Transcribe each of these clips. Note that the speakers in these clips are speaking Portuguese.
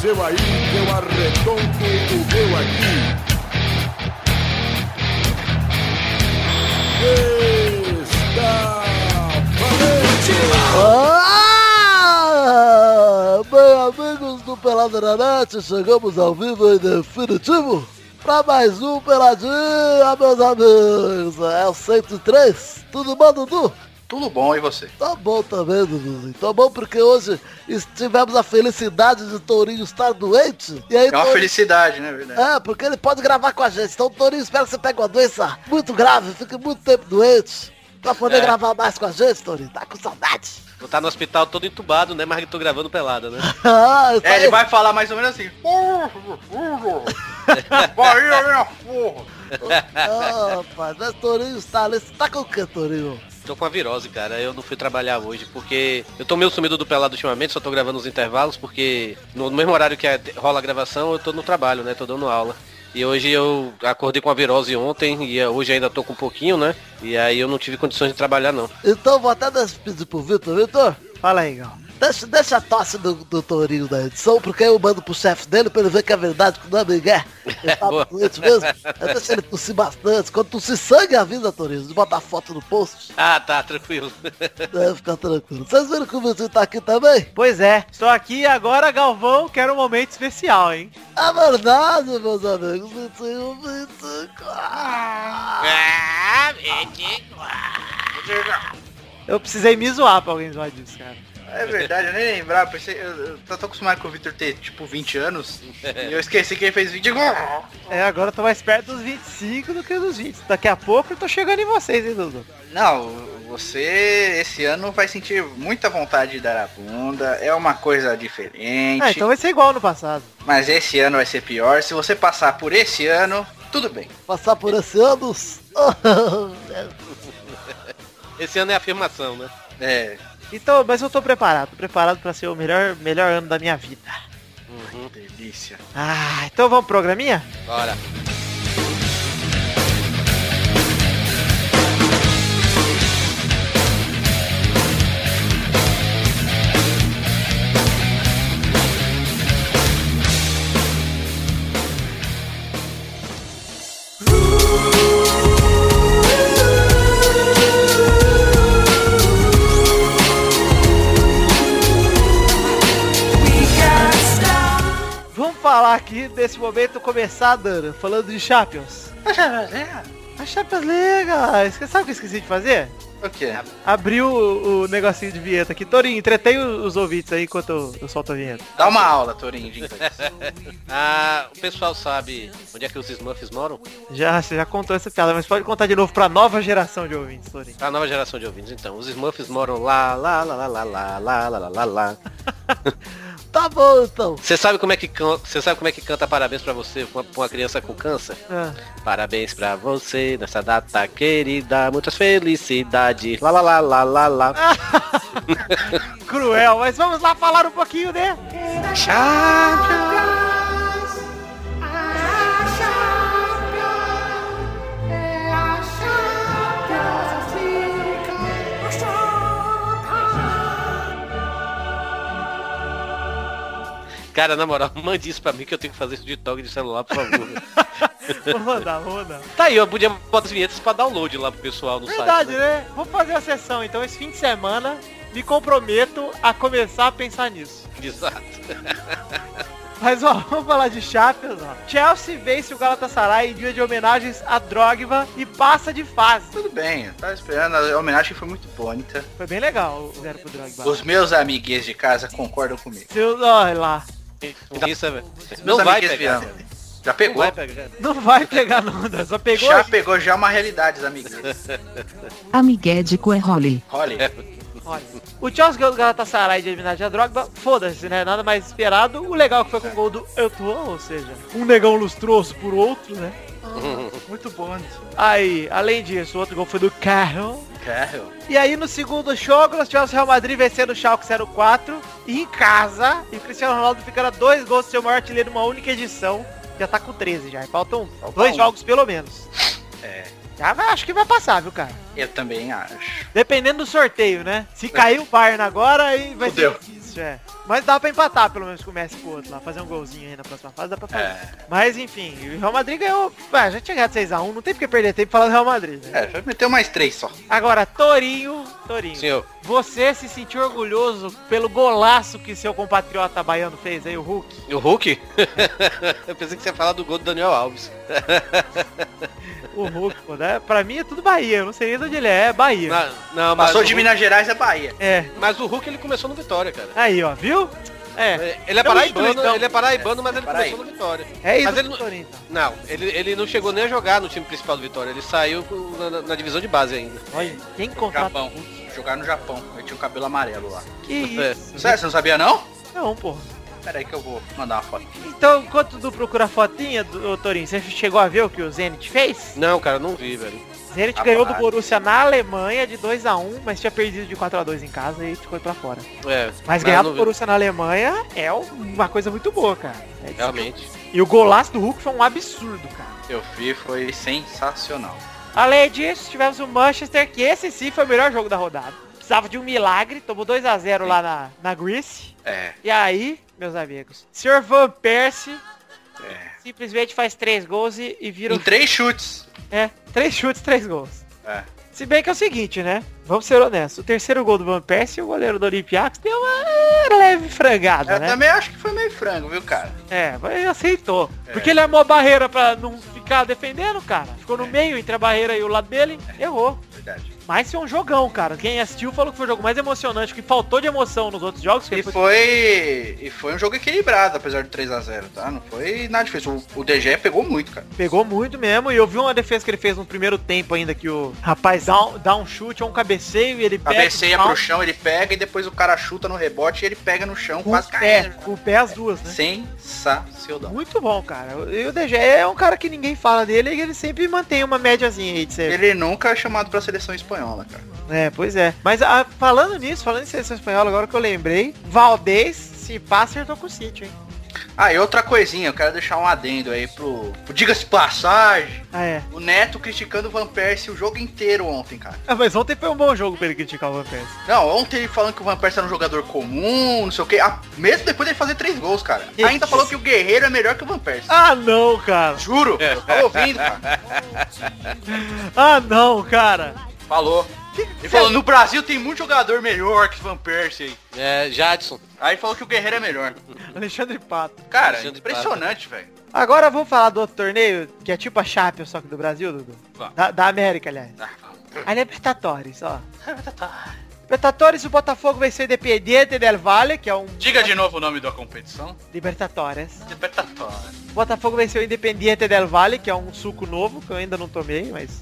seu aí, que eu arredondo o meu aqui. Está valente! Bem, amigos do Pelada na Net, chegamos ao vivo em definitivo para mais um Peladinha, meus amigos. É o 103. Tudo bom, Dudu? Tudo bom, e você? Tá bom também, Duduzinho. Tá bom porque hoje tivemos a felicidade de Tourinho estar doente. E aí, é uma felicidade, né, verdade? É, porque ele pode gravar com a gente. Então, Tourinho, espero que você pegue uma doença muito grave, fique muito tempo doente, pra poder gravar mais com a gente, Tourinho. Tá com saudade. Vou estar no hospital todo entubado, né? Mas tô gravando pelada, né? Ele vai falar mais ou menos assim. Bahia, minha porra! Rapaz, mas Tourinho está ali. Você tá com o que, Tourinho? Tô com a virose, cara. Eu não fui trabalhar hoje porque eu tô meio sumido do pelado ultimamente, só tô gravando os intervalos porque no mesmo horário que rola a gravação eu tô no trabalho, né? Tô dando aula. E hoje eu acordei com a virose ontem e hoje ainda tô com um pouquinho, né? E aí eu não tive condições de trabalhar, não. Então vou até pedir pro Vitor. Vitor, fala aí, Gal. Deixa a tosse do Tourinho da edição, porque eu mando pro chefe dele pra ele ver que é verdade, que não é Miguel. Ele tá doente mesmo. Deixa ele tossir bastante. Quando tossir sangue, avisa, Tourinho, de botar foto no post. Ah, tá, tranquilo. Deve ficar tranquilo. Vocês viram que o Vitor tá aqui também? Pois é, estou aqui agora, Galvão, quero um momento especial, hein? É verdade, meus amigos. Vitor. Eu precisei me zoar pra alguém zoar disso, cara. É verdade, eu nem lembrava, pensei, eu tô acostumado com o Victor ter, tipo, 20 anos, e eu esqueci que ele fez 20. Agora eu tô mais perto dos 25 do que dos 20. Daqui a pouco eu tô chegando em vocês, hein, Dudu? Não, você, esse ano, vai sentir muita vontade de dar a bunda, é uma coisa diferente. Então vai ser igual no passado. Mas esse ano vai ser pior, se você passar por esse ano, tudo bem. Passar por esse ano? Esse ano é afirmação, né? É. Então, mas eu tô preparado pra ser o melhor ano da minha vida. Delícia. Então vamos pro programinha? Bora. Falar aqui desse momento começar, Dana, falando de Champions. A Champions League, você sabe o que eu esqueci de fazer? O quê? Abriu o negocinho de vinheta aqui. Tourinho, entretém os ouvintes aí enquanto eu solto a vinheta. Dá uma aula, Tourinho, de inglês. O pessoal sabe onde é que os Smurfs moram? Você já contou essa piada, mas pode contar de novo pra nova geração de ouvintes, Tourinho. Pra nova geração de ouvintes, então. Os Smurfs moram lá. Tá bom, então. Você sabe como é que canta parabéns pra você, pra uma criança com câncer? Parabéns pra você nessa data querida, muitas felicidades, lá. Cruel, mas vamos lá falar um pouquinho, né? Cara, na moral, mande isso pra mim que eu tenho que fazer isso de toque de celular, por favor. Vou mandar. Tá aí, eu podia botar as vinhetas pra download lá pro pessoal no Verdade, site. né? Vou fazer a sessão, então, esse fim de semana, me comprometo a começar a pensar nisso. Exato. Mas, vamos falar de Champions, Chelsea vence o Galatasaray em dia de homenagens a Drogba e passa de fase. Tudo bem, eu tava esperando, a homenagem foi muito bonita. Foi bem legal o 0 pro Drogba. Os meus amiguinhos de casa concordam comigo. Olha lá. Isso, velho. Não vai pegar. pegar. Já pegou? Não vai pegar não, André. Só pegou. Já pegou, já é uma realidade, os amigos. Amiguédico é Holly. Olha. O Chelsea ganhou o Galatasaray de homenagem a Drogba. Foda-se, né? Nada mais esperado. O legal que foi com o gol do Eto'o, ou seja, um negão lustroso por outro, né? Muito bom. Aí, além disso, o outro gol foi do Carroll. Carroll. E aí no segundo jogo, nós tivemos o Real Madrid vencendo o Schalke 04 e em casa. E o Cristiano Ronaldo ficando a 2 gols do seu maior artilheiro numa única edição. Já tá com 13 já. Faltam 2 jogos pelo menos. Acho que vai passar, viu, cara? Eu também acho. Dependendo do sorteio, né? Se cair o Bayern agora, aí vai ser difícil, Mas dá pra empatar, pelo menos, com o Messi com o outro lá. Fazer um golzinho aí na próxima fase, dá pra fazer. Mas, enfim, o Real Madrid ganhou... já tinha ganhado 6x1, não tem porque perder tempo falando do Real Madrid, né? vai meter mais 3 só. Agora, Torinho, Senhor. você se sentiu orgulhoso pelo golaço que seu compatriota baiano fez aí, o Hulk? O Hulk? Eu pensei que você ia falar do gol do Daniel Alves. O Hulk, pô, né? Pra mim é tudo Bahia, eu não sei nem de onde ele é Bahia. Não, mas Passou de Hulk... Minas Gerais, é Bahia. Mas o Hulk, ele começou no Vitória, cara. Aí, ó, viu? Ele é paraibano, mas ele Paraíba. começou no Vitória. É isso, Mas ele não... Torinho, então. Não, ele não chegou nem a jogar no time principal do Vitória. Ele saiu na divisão de base ainda. Olha, quem contrata Japão. Jogar no Japão. Ele tinha o cabelo amarelo lá. Que isso? Sério, você não sabia não? Não, porra. Pera aí que eu vou mandar uma foto. Então, enquanto tu procura a fotinha, do Torinho, você chegou a ver o que o Zenit fez? Não, cara, não vi, velho. Zenit ganhou do Borussia na Alemanha de 2x1, mas tinha perdido de 4x2 em casa e ficou pra fora. Mas ganhar do Borussia na Alemanha é uma coisa muito boa, cara. Realmente. E o golaço do Hulk foi um absurdo, cara. Eu vi, foi sensacional. Além disso, tivemos o Manchester, que esse sim foi o melhor jogo da rodada. Precisava de um milagre, tomou 2x0 lá na Greece. E aí, meus amigos, Sr. Van Persie simplesmente faz 3 gols e vira... Em 3 chutes. 3 chutes, 3 gols. Se bem que é o seguinte, né? Vamos ser honestos. O terceiro gol do Van Persie, o goleiro do Olympiacos, deu uma leve frangada, né? Eu também acho que foi meio frango, viu, cara? Mas ele aceitou. Porque ele armou a barreira pra não ficar defendendo, cara. Ficou no meio, entre a barreira e o lado dele. Errou. Verdade. Mas foi um jogão, cara. Quem assistiu falou que foi o jogo mais emocionante, que faltou de emoção nos outros jogos. E foi um jogo equilibrado, apesar de 3x0, tá? Não foi nada difícil. O DG pegou muito, cara. Pegou muito mesmo. E eu vi uma defesa que ele fez no primeiro tempo ainda, que o rapaz dá um chute ou um cabeceio e ele pega... Cabeceia pro chão, ele pega e depois o cara chuta no rebote e ele pega no chão, quase caindo. Com o pé as duas, né? Sensacional. Muito bom, cara. E o DG é um cara que ninguém fala dele e ele sempre mantém uma médiazinha aí de ser. Ele nunca é chamado pra seleção espanhola, cara. Pois é. Mas falando em seleção espanhola, agora que eu lembrei, Valdez se passa acertou com o City, hein? E outra coisinha, eu quero deixar um adendo aí pro diga-se passagem. O Neto criticando o Van Persie o jogo inteiro ontem, cara. Mas ontem foi um bom jogo pra ele criticar o Van Persie. Não, ontem ele falando que o Van Persie era um jogador comum, não sei o que. Mesmo depois dele fazer 3 gols, cara. Ainda falou que o Guerreiro é melhor que o Van Persie. Não, cara. Juro, eu tô ouvindo, cara. Não, cara. Falou. Ele falou, no Brasil tem muito jogador melhor que Van Persie. Jadson. Aí falou que o Guerreiro é melhor. Alexandre Pato. Cara, impressionante, velho. Agora vamos falar do outro torneio, que é tipo a Champions, só que do Brasil, Dudu. Da América, aliás. A Libertadores, ó. Libertadores, o Botafogo vai ser o Independiente del Valle, que é um... Diga de novo o nome da competição. Libertadores. Libertadores. O Botafogo vai ser o Independiente del Valle, que é um suco novo, que eu ainda não tomei, mas...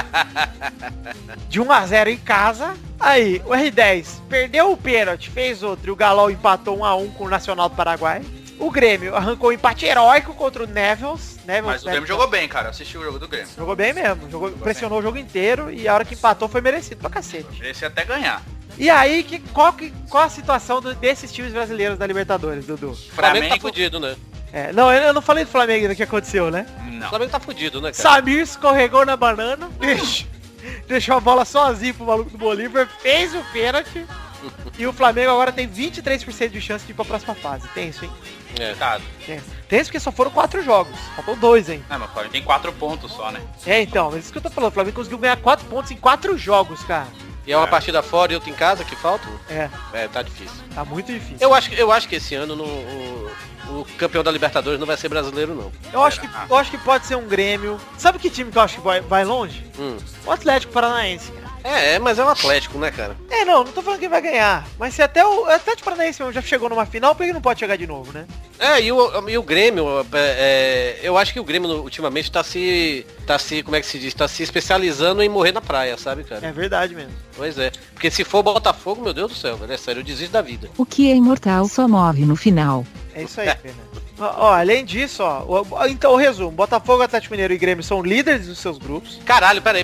de 1x0 em casa. Aí, o R10 perdeu o pênalti, fez outro, e o Galol empatou 1x1 com o Nacional do Paraguai. O Grêmio arrancou um empate heróico contra o Nevels. Mas o Grêmio jogou bem, cara. Eu assisti o jogo do Grêmio. Jogou bem mesmo. Pressionou o jogo inteiro e a hora que empatou foi merecido pra cacete. Merecia até ganhar. E aí, qual a situação desses times brasileiros da Libertadores, Dudu? O Flamengo tá fudido, né? Não, eu não falei do Flamengo ainda que aconteceu, né? Não. O Flamengo tá fudido, né, cara? Samir escorregou na banana, deixou a bola sozinho pro maluco do Bolívar, fez o pênalti. E o Flamengo agora tem 23% de chance de ir pra próxima fase. Tem isso, hein? Tem isso porque só foram 4 jogos. Faltam 2, hein? Mas o Flamengo tem 4 pontos só, né? Então, mas isso que eu tô falando. O Flamengo conseguiu ganhar 4 pontos em 4 jogos, cara. E é uma partida fora e outra em casa que falta? Tá difícil. Tá muito difícil. Eu acho que esse ano o campeão da Libertadores não vai ser brasileiro, não. Eu acho que pode ser um Grêmio. Sabe que time que eu acho que vai longe? O Atlético Paranaense, cara. Mas é o Atlético, né, cara? Não tô falando que vai ganhar. Mas se até o Atlético Paranaense mesmo já chegou numa final, por que não pode chegar de novo, né? E o Grêmio, eu acho que o Grêmio ultimamente tá se, como é que se diz? Tá se especializando em morrer na praia, sabe, cara? É verdade mesmo. Pois é. Porque se for Botafogo, meu Deus do céu, velho, é sério, eu desisto da vida. O que é imortal só morre no final. É isso aí, Fernando. Além disso, então o resumo. Botafogo, Atlético Mineiro e Grêmio são líderes dos seus grupos. Caralho, peraí.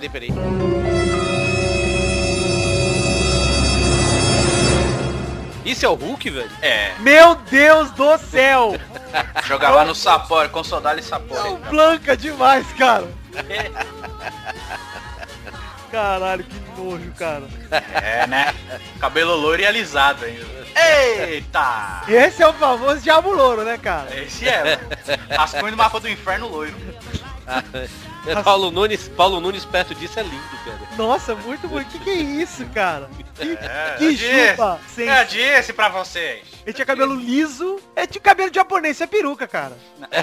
Isso é o Hulk, velho? Meu Deus do céu! Jogava no Sapori, com Sodali e Sapori. Blanca demais, cara. Caralho, que nojo, cara. É, né? Cabelo loiro e alisado ainda. Eita! Esse é o famoso diabo louro, né, cara? Esse é, mano. Rascunho do mapa do inferno loiro. Paulo Nunes perto disso é lindo, cara. Nossa, muito bom. Que é isso, cara? Que chupa. Eu disse pra vocês. Ele tinha cabelo liso. É de cabelo japonês, isso é peruca, cara.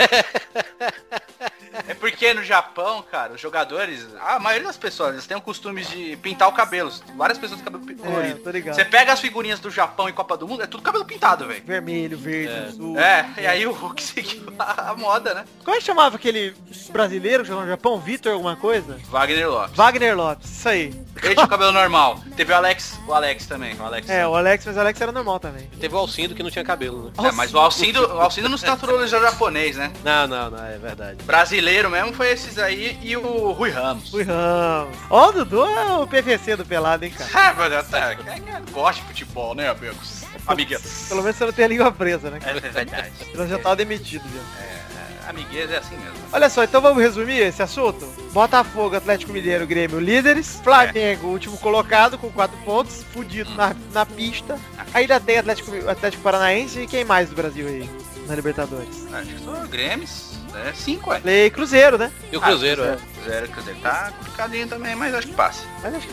É porque no Japão, cara, os jogadores, a maioria das pessoas, eles têm o costume de pintar o cabelo. Várias pessoas têm cabelo colorido. Tô ligado. Você pega as figurinhas do Japão em Copa do Mundo, é tudo cabelo pintado, velho. Vermelho, verde, azul. E aí o Hulk seguiu a moda, né? Como é que chamava aquele brasileiro que jogou no Japão? Vitor alguma coisa? Wagner Lopes. Wagner Lopes, isso aí. Ele tinha o cabelo normal. Teve o Alex também. O Alex, mas o Alex era normal também. Teve o Alcindo que não tinha cabelo, né? Mas o Alcindo não se naturalizou japonês, né? Não, é verdade. Brasileiro mesmo foi esses aí e o Rui Ramos. Ó, o Dudu é o PVC do pelado, hein, cara? Gosta de futebol, né, amigos? Amiguinhos. Pelo menos você não tem a língua presa, né? É verdade. Você já tava demitido, já. Amiguinhos é assim mesmo. Olha só, então vamos resumir esse assunto? Botafogo, Atlético Mineiro, Grêmio, líderes. Flamengo, último colocado, com 4 pontos. Fudido na pista. Ainda tem Atlético Paranaense e quem mais do Brasil aí? Na Libertadores. Acho que são Grêmios. 5, E Cruzeiro, né? E o Cruzeiro, Cruzeiro tá complicadinho também, mas acho que passa.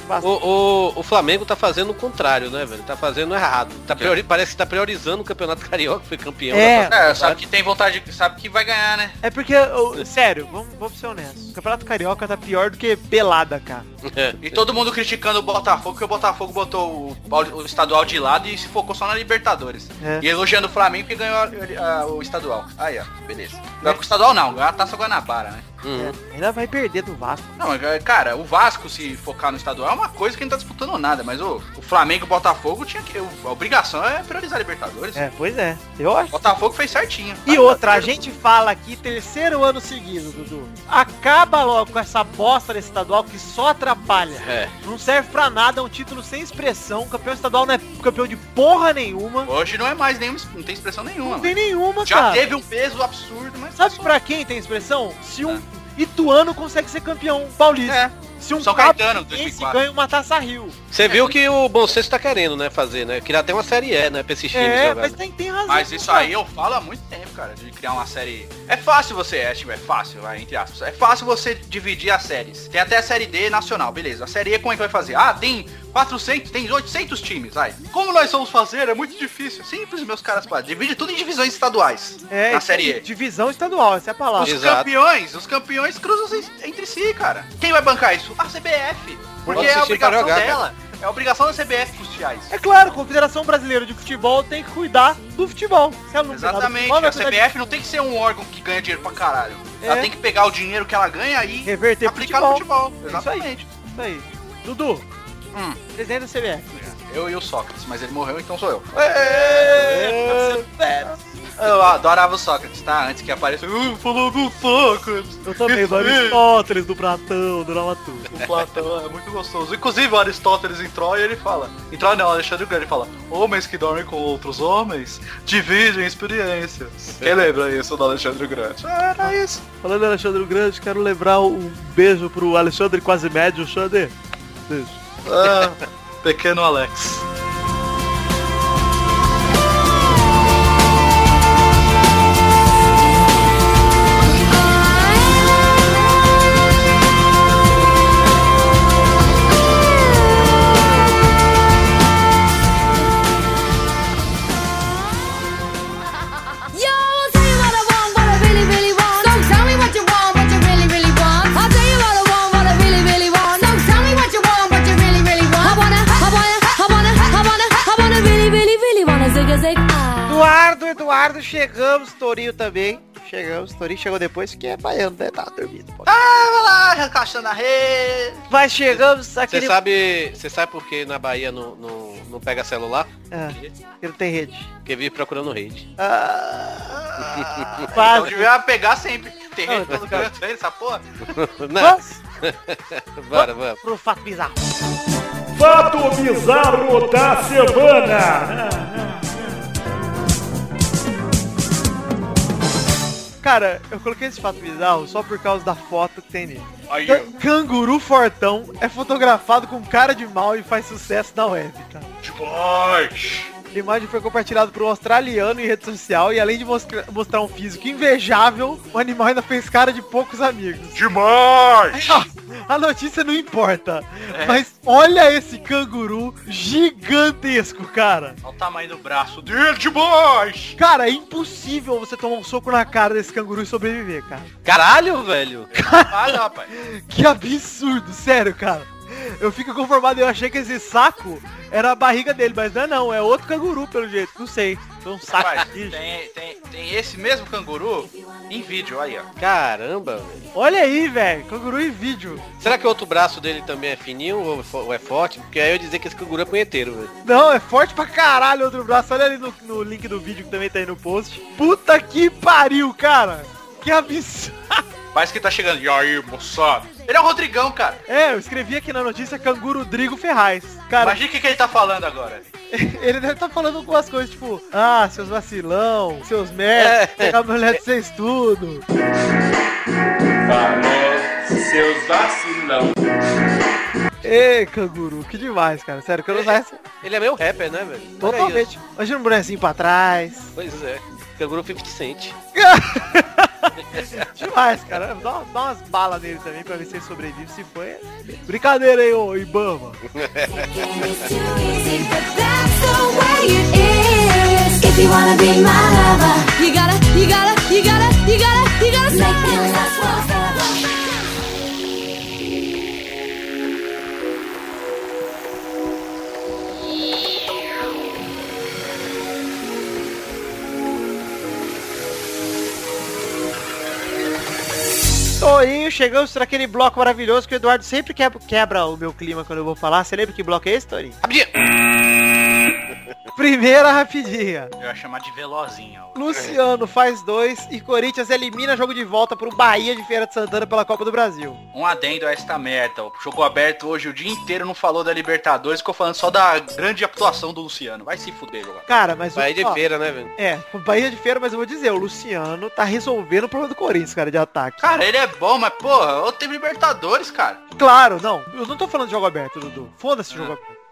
O Flamengo tá fazendo o contrário, né, velho? Tá fazendo errado. Parece que tá priorizando o Campeonato Carioca, foi campeão. Sabe que tem vontade, sabe que vai ganhar, né? É porque, sério, vamos ser honestos. O Campeonato Carioca tá pior do que pelada, cara. E todo mundo criticando o Botafogo, porque o Botafogo botou o estadual de lado e se focou só na Libertadores. E elogiando o Flamengo que ganhou o estadual. Aí, ó, beleza. Não é com o estadual não, ganhou a Taça Guanabara, né? Ainda vai perder do Vasco. Não, cara, o Vasco se focar no estadual é uma coisa que não tá disputando nada, mas o Flamengo e o Botafogo tinha que... A obrigação é priorizar a Libertadores. Pois é. Eu acho. O Botafogo fez certinho. E outra, a gente fala aqui terceiro ano seguido, Dudu. Acaba logo com essa bosta desse estadual que só atrapalha. Não serve pra nada, é um título sem expressão. O campeão estadual não é campeão de porra nenhuma. Hoje não é mais nenhuma, não tem expressão nenhuma. Não tem nenhuma, já cara. Já teve um peso absurdo, mas... Sabe pra quem tem expressão? Se um Ituano consegue ser campeão paulista. Se um São Caetano, 2004. ganha uma Taça Rio. Você viu que o Bom Senso tá querendo, né, fazer, né? Queria ter uma série E, né, pra esses times jogarem. Mas tem razão. Mas isso aí eu falo há muito tempo, cara, de criar uma série... É fácil entre aspas. É fácil você dividir as séries. Tem até a série D nacional, beleza. A série E como é que vai fazer? Tem 400, tem 800 times, vai. Como nós vamos fazer? É muito difícil. Simples, meus caras, divide tudo em divisões estaduais. Na série E. Divisão estadual, essa é a palavra. Os campeões cruzam entre si, cara. Quem vai bancar isso? A CBF. Porque é a obrigação dela. Cara. É a obrigação da CBF custear isso. É claro, a Confederação Brasileira de Futebol tem que cuidar do futebol. Exatamente. A CBF não tem que ser um órgão que ganha dinheiro pra caralho. Ela tem que pegar o dinheiro que ela ganha e reverter aplicar no futebol. Exatamente. Isso aí. Dudu, presidente da CBF. Eu e o Sócrates, mas ele morreu, então sou eu. Eu adorava o Sócrates, tá? Antes que apareça. Falou do Sócrates. Eu também, do Aristóteles, do Platão, do Ramatu. O Platão é muito gostoso. Inclusive o Aristóteles em Troia, ele fala. Em Troia não, Alexandre o Grande fala: homens que dormem com outros homens dividem experiências. Quem lembra isso do Alexandre o Grande? Era isso. Falando do Alexandre o Grande, quero lembrar um beijo pro Alexandre quase médio, Xander. Beijo. Pequeno Alex. Eduardo, chegamos, Torinho também. Chegamos, Torinho chegou depois, que é baiano, né? Tava dormindo. Vai lá, recaixando a rede. Mas chegamos aquele... Você sabe por que na Bahia não pega celular? Porque não tem rede. Porque vive procurando rede. Então devia pegar sempre. Tem rede todo canto aí, essa porra. Vamos Vamos pro fato bizarro. Fato bizarro da semana. Cara, eu coloquei esse fato bizarro só por causa da foto que tem nele. Aí, Canguru fortão é fotografado com cara de mal e faz sucesso na web, cara. demais. A imagem foi compartilhada por um australiano em rede social e além de mostrar um físico invejável, o animal ainda fez cara de poucos amigos. Demais. A notícia não importa, mas olha esse canguru gigantesco, cara. Olha o tamanho do braço dele, demais. Cara, é impossível você tomar um soco na cara desse canguru e sobreviver, cara. Caralho, velho. Caralho, rapaz. Que absurdo, sério, cara. Eu fico conformado, eu achei que esse saco era a barriga dele, mas não, é outro canguru pelo jeito, não sei. Foi um saco Rapaz, de bicho. tem esse mesmo canguru em vídeo, aí, ó. Caramba, velho. Olha aí, velho, canguru em vídeo. Será que o outro braço dele também é fininho ou é forte? Porque aí eu ia dizer que esse canguru é punheteiro, velho. Não, é forte pra caralho o outro braço. Olha ali no link do vídeo que também tá aí no post. Puta que pariu, cara. Que absurdo. Parece que tá chegando. E aí, moçada? Ele é o Rodrigão, cara. É, eu escrevi aqui na notícia Canguru Drigo Ferraz. Cara, Imagina o que ele tá falando agora. ele deve estar falando algumas coisas, tipo, seus vacilão, seus merda, pegar mulher de vocês tudo. Falou, seus vacilão. Ê, canguru, que demais, cara. Sério, que eu não usar essa. Ele é meio rapper, né, velho? Olha aí, Totalmente. Imagina um bonezinho pra trás. pois é. Canguru 50 Cent. Demais, cara. Dá umas balas nele também pra ver se ele sobrevive. Se for, é brincadeira aí, ô Ibama. If you wanna be my lover, you gotta make me last forever. Toinho, chegamos para aquele bloco maravilhoso que o Eduardo sempre quebra o meu clima quando eu vou falar. Você lembra que bloco é esse, Torinho? Rapidinho. Primeira rapidinha. Eu ia chamar de velozinho. Luciano faz 2 e Corinthians elimina jogo de volta pro Bahia de Feira de Santana pela Copa do Brasil. Um adendo a esta merda. O jogo aberto hoje o dia inteiro não falou da Libertadores, ficou falando só da grande atuação do Luciano. Vai se fuder, jogador. Cara, mas Bahia de Feira, né, velho? Bahia de Feira, mas eu vou dizer, o Luciano tá resolvendo o problema do Corinthians, cara, de ataque. Cara, ele é bom, mas porra, eu tenho Libertadores, cara. Claro, não. Eu não tô falando de jogo aberto, Dudu. Foda-se jogo aberto.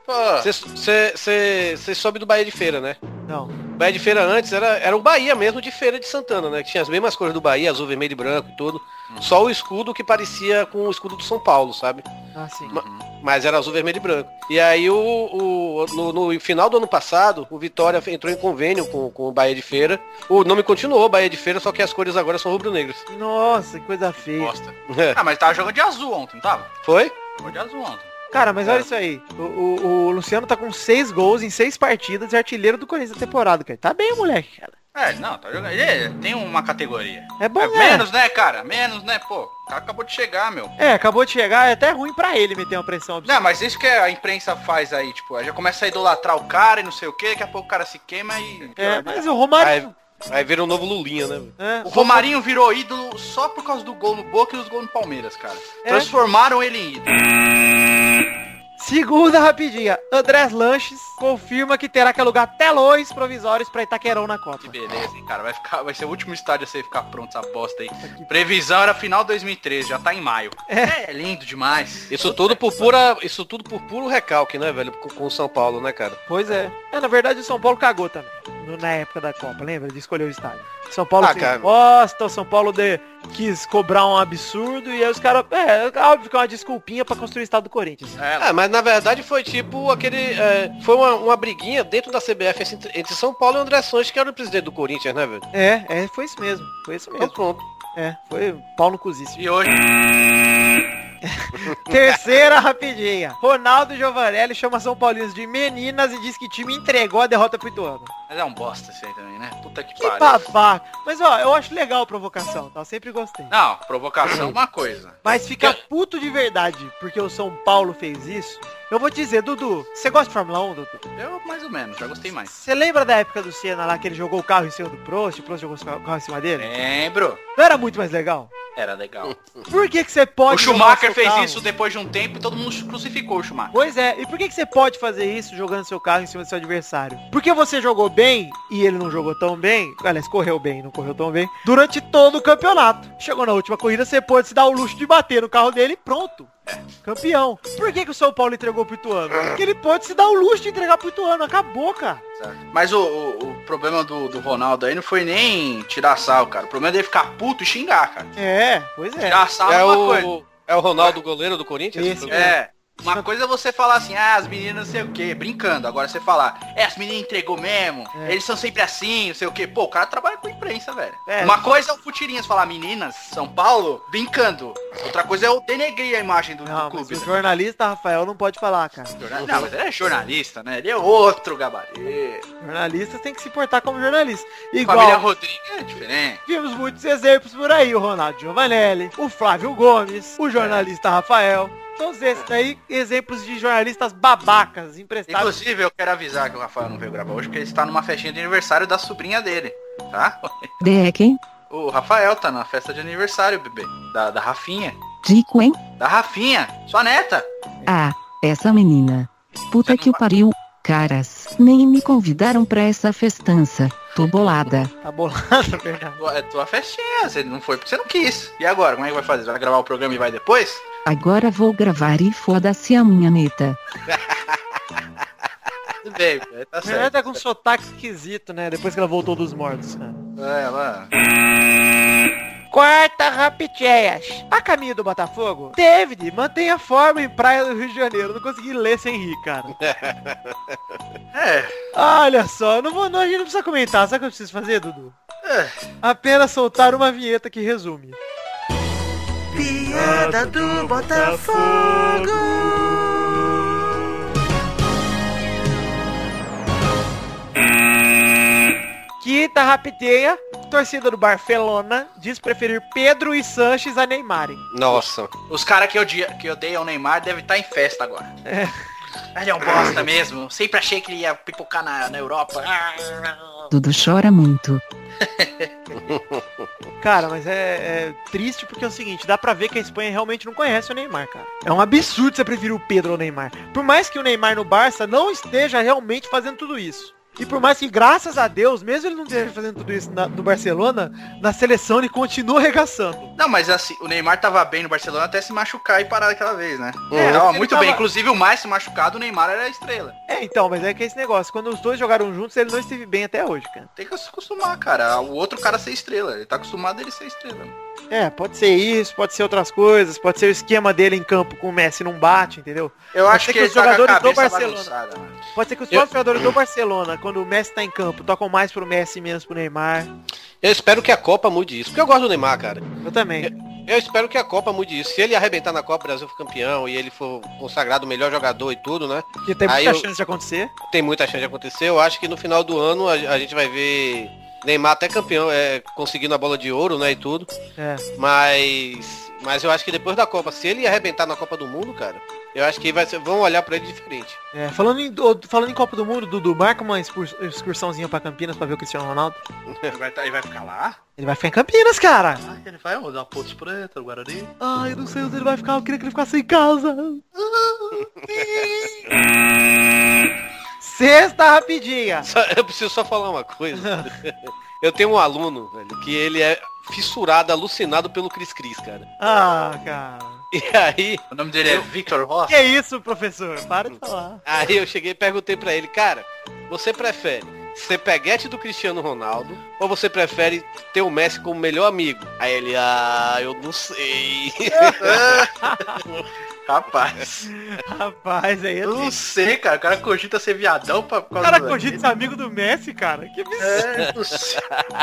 Você soube do Bahia de Feira, né? Não. Bahia de Feira antes era o Bahia mesmo de Feira de Santana, né? Que tinha as mesmas cores do Bahia, azul, vermelho e branco e tudo. Só o escudo que parecia com o escudo do São Paulo, sabe? Ah, sim. Mas era azul, vermelho e branco. E aí no final do ano passado, o Vitória entrou em convênio com o Bahia de Feira. O nome continuou Bahia de Feira, só que as cores agora são rubro-negras. Nossa, que coisa feia. Bosta. Ah, mas tava jogando de azul ontem, não tava? Foi? Jogou de azul ontem. Cara, mas olha isso aí. O Luciano tá com 6 gols em 6 partidas e artilheiro do Corinthians da temporada, cara. Tá bem o moleque, cara. Não, tá jogando. Ele tem uma categoria. É bom, né? Menos, né, cara? Menos, né, pô? O cara acabou de chegar, meu. Acabou de chegar, é até ruim pra ele meter uma pressão absurda. Não, mas isso que a imprensa faz aí, tipo, já começa a idolatrar o cara e não sei o que, daqui a pouco o cara se queima e... Mas o Romário... Aí vira um novo Lulinha, né? O Romarinho virou ídolo só por causa do gol no Boca e dos gols no Palmeiras, cara. Transformaram ele em ídolo. Segunda rapidinha. Andrés Lanches confirma que terá que alugar telões provisórios pra Itaquerão na Copa. Que beleza, hein, cara. Vai ser o último estádio a você ficar pronto, essa bosta aí. Previsão era final 2013, já tá em maio. É lindo demais. Isso tudo por puro recalque, né, velho? Com o São Paulo, né, cara? Pois é. Na verdade o São Paulo cagou também. Na época da Copa, lembra? De escolher o estádio. São Paulo fez bosta, o São Paulo quis cobrar um absurdo e aí os caras... óbvio que é uma desculpinha pra construir o estádio do Corinthians. Mas na verdade foi tipo aquele... foi uma briguinha dentro da CBF entre São Paulo e o André Sanches, que era o presidente do Corinthians, né, velho? Foi isso mesmo. Então pronto. Foi pau no cozíssimo. E hoje... Terceira rapidinha. Ronaldo Giovanelli chama São Paulinos de meninas e diz que o time entregou a derrota pro Ituano. Mas é um bosta esse aí também, né? Puta que Que pariu. babaca. Mas ó, eu acho legal a provocação, tá? Eu sempre gostei. Não, provocação é uma coisa. Mas fica puto de verdade porque o São Paulo fez isso. Eu vou te dizer, Dudu, você gosta de Fórmula 1, Dudu? Eu mais ou menos, já gostei mais. Você lembra da época do Senna lá que ele jogou o carro em cima do Prost, o Prost jogou o carro em cima dele? Lembro. Não era muito mais legal? Era legal. Por que você pode O Schumacher jogar fez seu carro? isso depois de um tempo e todo mundo crucificou o Schumacher. Pois é, e por que você pode fazer isso jogando seu carro em cima do seu adversário? Porque você jogou bem e ele não jogou tão bem, aliás, correu bem, não correu tão bem, durante todo o campeonato. Chegou na última corrida, você pode se dar o luxo de bater no carro dele e pronto. Campeão. Por que o São Paulo entregou pro Ituano? Porque ele pode se dar o luxo de entregar pro Ituano. Acabou, cara. Mas o problema do Ronaldo aí não foi nem tirar sal, cara. O problema é dele ficar puto e xingar, cara. É, pois é. Tirar sal é uma coisa. É o Ronaldo, goleiro do Corinthians? Esse É. Uma coisa é você falar assim, as meninas não sei o que, brincando. Agora você falar, as meninas entregou mesmo, eles são sempre assim, não sei o que. Pô, o cara trabalha com imprensa, velho. Uma coisa é o Futirinhas falar, meninas, São Paulo, brincando. Outra coisa é o denegrir a imagem do clube. Mas o jornalista Rafael não pode falar, cara. Não, mas ele é jornalista, né? Ele é outro gabarito. Jornalistas tem que se portar como jornalista. Igual, Família Rodrigues é diferente. vimos muitos exemplos por aí. O Ronaldo Giovanelli, o Flávio Gomes, o jornalista Rafael. Todos esses daí, exemplos de jornalistas babacas, emprestados. Inclusive, eu quero avisar que o Rafael não veio gravar hoje, porque ele está numa festinha de aniversário da sobrinha dele, tá? De quem? O Rafael tá na festa de aniversário, bebê. Da Rafinha. De quem? Da Rafinha, sua neta. Ah, essa menina. Puta que o pariu. Caras, nem me convidaram pra essa festança. Tô bolada. Tá bolado, verdade. É tua festinha, você não foi porque você não quis. E agora, como é que vai fazer? Vai gravar o programa e vai depois? Agora vou gravar e foda-se a minha neta. Tudo bem, tá A certo. mulher tá com um sotaque esquisito, né? Depois que ela voltou dos mortos, cara. Ela... Quarta Rapideias. A caminho do Botafogo, David mantém a forma em praia do Rio de Janeiro. Não consegui ler sem rir, cara. É. Olha só, a gente não precisa comentar. Sabe o que eu preciso fazer, Dudu? Apenas soltar uma vinheta que resume. Piada do Botafogo. Quinta Rapideia. Torcida do Barcelona diz preferir Pedro e Sanches a Neymar. Nossa. Os caras que odeiam o Neymar devem estar em festa agora. Ele é um bosta mesmo. Eu sempre achei que ele ia pipocar na Europa. Dudu chora muito. Cara, mas é triste porque é o seguinte, dá pra ver que a Espanha realmente não conhece o Neymar, cara. É um absurdo você preferir o Pedro ao Neymar. Por mais que o Neymar no Barça não esteja realmente fazendo tudo isso. E por mais que, graças a Deus, mesmo ele não esteja fazendo tudo isso no Barcelona, na seleção ele continua arregaçando. Não, mas assim, o Neymar tava bem no Barcelona até se machucar e parar daquela vez, né? É, Tava ele muito tava- bem. Inclusive o mais se machucado, o Neymar era a estrela. Então, mas é que é esse negócio. Quando os dois jogaram juntos, ele não esteve bem até hoje, cara. Tem que se acostumar, cara. O outro cara ser estrela. Ele tá acostumado a ele ser estrela. Pode ser isso, pode ser outras coisas, pode ser o esquema dele em campo com o Messi não bate, entendeu? Eu Pode acho ser que que ele os tá com a jogadores do cabeça Barcelona- bagunçada, mano. Pode ser que os próprios jogadores do Barcelona, quando o Messi tá em campo, tocam mais pro Messi e menos pro Neymar. Eu espero que a Copa mude isso, porque eu gosto do Neymar, cara. Eu também. Eu espero que a Copa mude isso. Se ele arrebentar na Copa, o Brasil for campeão e ele for consagrado o melhor jogador e tudo, né? Que tem Aí muita eu- chance de acontecer. Tem muita chance de acontecer. Eu acho que no final do ano a gente vai ver Neymar até campeão, conseguindo a bola de ouro, né, e tudo. É. Mas eu acho que depois da Copa, se ele arrebentar na Copa do Mundo, cara, eu acho que vão olhar pra ele diferente. Falando em Copa do Mundo, Dudu, marca uma excursãozinha pra Campinas pra ver o Cristiano Ronaldo. Ele vai ficar lá? Ele vai ficar em Campinas, cara. Ele vai dar Pontos Preta, o Guarani. Ai, eu não sei onde ele vai ficar, eu queria que ele ficasse em casa. Sexta rapidinha. Eu preciso só falar uma coisa. Eu tenho um aluno, velho, que ele é fissurado, alucinado pelo Cris Cris, cara. Ah, cara. E aí, O nome dele é Victor Ross. Que isso, professor? Para de falar. aí eu cheguei e perguntei pra ele, cara, você prefere ser peguete do Cristiano Ronaldo ou você prefere ter o Messi como melhor amigo? Aí ele, eu não sei. Rapaz. Rapaz, aí é Eu não triste. sei, cara. O cara cogita ser viadão por O causa cara do- cogita ser amigo do Messi, cara. Que absurdo. É, não sei.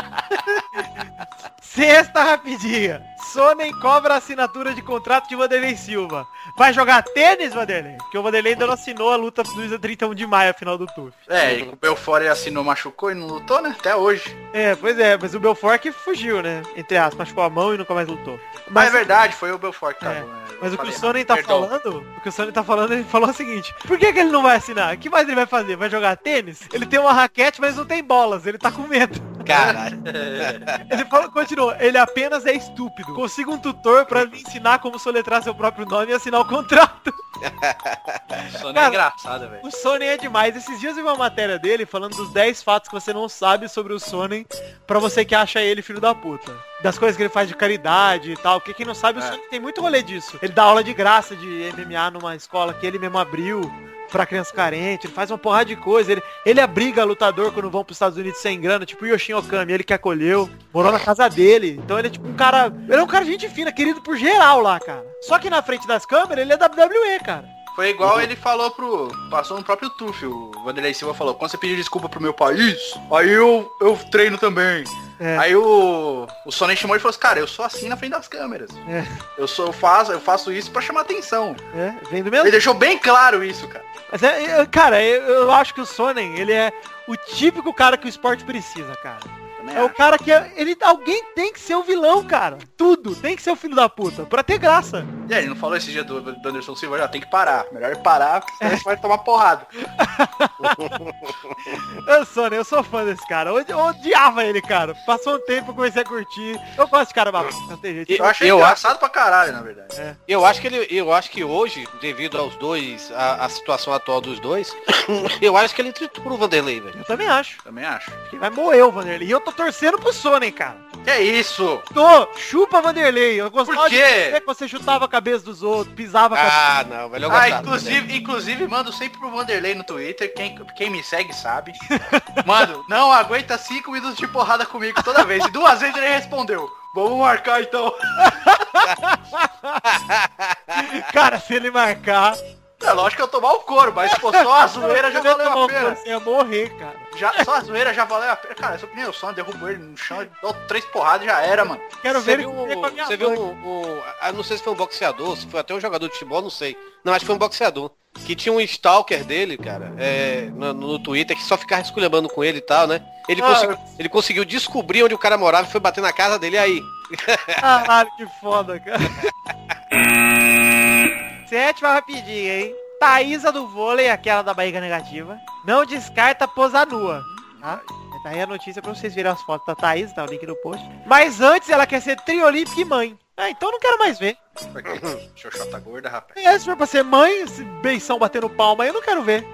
Sexta rapidinha. Sony cobra a assinatura de contrato de Vanderlei Silva. Vai jogar tênis, Vanderlei? Porque o Vanderlei ainda não assinou a luta do dia 31 de maio, a final do TUF. E o Belfort assinou, machucou e não lutou, né? Até hoje. Pois é, mas o Belfort que fugiu, né? Entre aspas, machucou a mão e nunca mais lutou. Mas é verdade, foi o Belfort que tava. Mas o que o Falei Sony errado, tá perdão. falando, ele falou o seguinte: por que ele não vai assinar? O que mais ele vai fazer? Vai jogar tênis? Ele tem uma raquete, mas não tem bolas, ele tá com medo. Caralho. Ele falou, continuou, ele apenas é estúpido. Consiga um tutor pra lhe ensinar como soletrar seu próprio nome e assinar o contrato. O Sony é Cara, engraçado, velho. O Sonnen é demais. Esses dias eu vi uma matéria dele falando dos 10 fatos que você não sabe sobre o Sonnen pra você que acha ele filho da puta. Das coisas que ele faz de caridade e tal. Porque quem não sabe, o Sonnen tem muito rolê disso. Ele dá aula de graça de MMA numa escola que ele mesmo abriu pra criança carente, ele faz uma porrada de coisa, ele abriga lutador quando vão pros Estados Unidos sem grana, tipo o Yoshin Okami, ele que acolheu, morou na casa dele, então ele é tipo um cara, ele é um cara de gente fina, querido por geral lá, cara. Só que na frente das câmeras, ele é WWE, cara. Foi igual ele falou passou no próprio Tuf, o Vanderlei Silva falou, quando você pedir desculpa pro meu país, aí eu treino também. É. Aí o Sonnen chamou e falou assim, cara, eu sou assim na frente das câmeras. É. Eu faço isso pra chamar atenção. É, vem do mesmo. Ele deixou bem claro isso, cara. Mas cara, eu acho que o Sonnen, ele é o típico cara que o esporte precisa, cara. É o cara que alguém tem que ser o vilão, cara. Tudo tem que ser o filho da puta, pra ter graça. E aí, ele não falou esse dia do Anderson Silva, já tem que parar. Melhor ele parar, porque senão você vai tomar porrada. Sonnen, eu sou fã desse cara. Eu odiava ele, cara. Passou um tempo, eu comecei a curtir. Eu gosto de cara babaca, não tem jeito. Eu achei engraçado pra caralho, na verdade. É. Eu acho que hoje, devido aos dois, a situação atual dos dois, eu acho que ele tritura o Vanderlei, velho. Eu também acho. Que vai morrer o Vanderlei. E eu tô torcendo pro Sonnen, cara. Que é isso? Chupa Vanderlei. Eu gostava de ver que você chutava a cabeça dos outros, pisava a cabeça. Ah, não, velho, eu gostava. Inclusive, mando sempre pro Vanderlei no Twitter, quem me segue sabe. Mano, não aguenta 5 minutos de porrada comigo toda vez. E 2 vezes ele respondeu. Vamos marcar então. Cara, se ele marcar... É lógico que eu tomar o couro, mas pô, só a zoeira já valeu a pena. Você ia morrer, cara. Só a zoeira já valeu a pena. Cara, eu sou que nem o Sonnen, derrubo ele no chão, dou 3 porradas e já era, mano. Quero ver você viu não sei se foi um boxeador, se foi até um jogador de futebol, não sei. Não, acho que foi um boxeador. Que tinha um stalker dele, cara, no Twitter, que só ficava esculhambando com ele e tal, né? Ele conseguiu descobrir onde o cara morava e foi bater na casa dele aí. Caralho, que foda, cara. 7 vai rapidinho, hein? Thaísa do vôlei, aquela da barriga negativa, não descarta posar nua. Tá? Tá aí a notícia pra vocês verem as fotos da Thaísa, tá o link no post. Mas antes ela quer ser triolímpica e mãe. Então não quero mais ver. Xoxota gorda, rapaz. Se for pra ser mãe, esse beição batendo palma aí, eu não quero ver.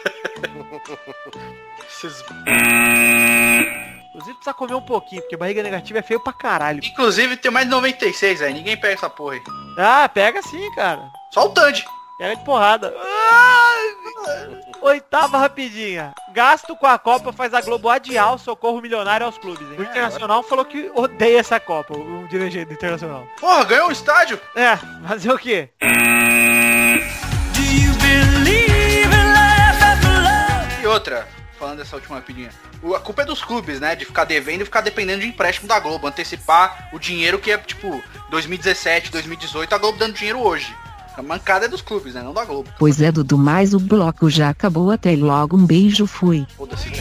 Inclusive precisa comer um pouquinho, porque barriga negativa é feio pra caralho. Inclusive tem mais de 96 aí, ninguém pega essa porra aí. Ah, pega sim, cara. Só o Tandy. Pega de porrada. 8ª rapidinha. Gasto com a Copa faz a Globo adiar o socorro milionário aos clubes, hein? O Internacional falou que odeia essa Copa, o dirigente do Internacional. Porra, ganhou um estádio? Fazer o quê? E outra, falando dessa última rapidinha. A culpa é dos clubes, né? De ficar devendo e ficar dependendo de empréstimo da Globo. Antecipar o dinheiro que é, tipo, 2017, 2018, a Globo dando dinheiro hoje. A mancada é dos clubes, né? Não da Globo. Pois é, Dudu, mas o bloco já acabou. Até logo, um beijo, fui. Foda-se,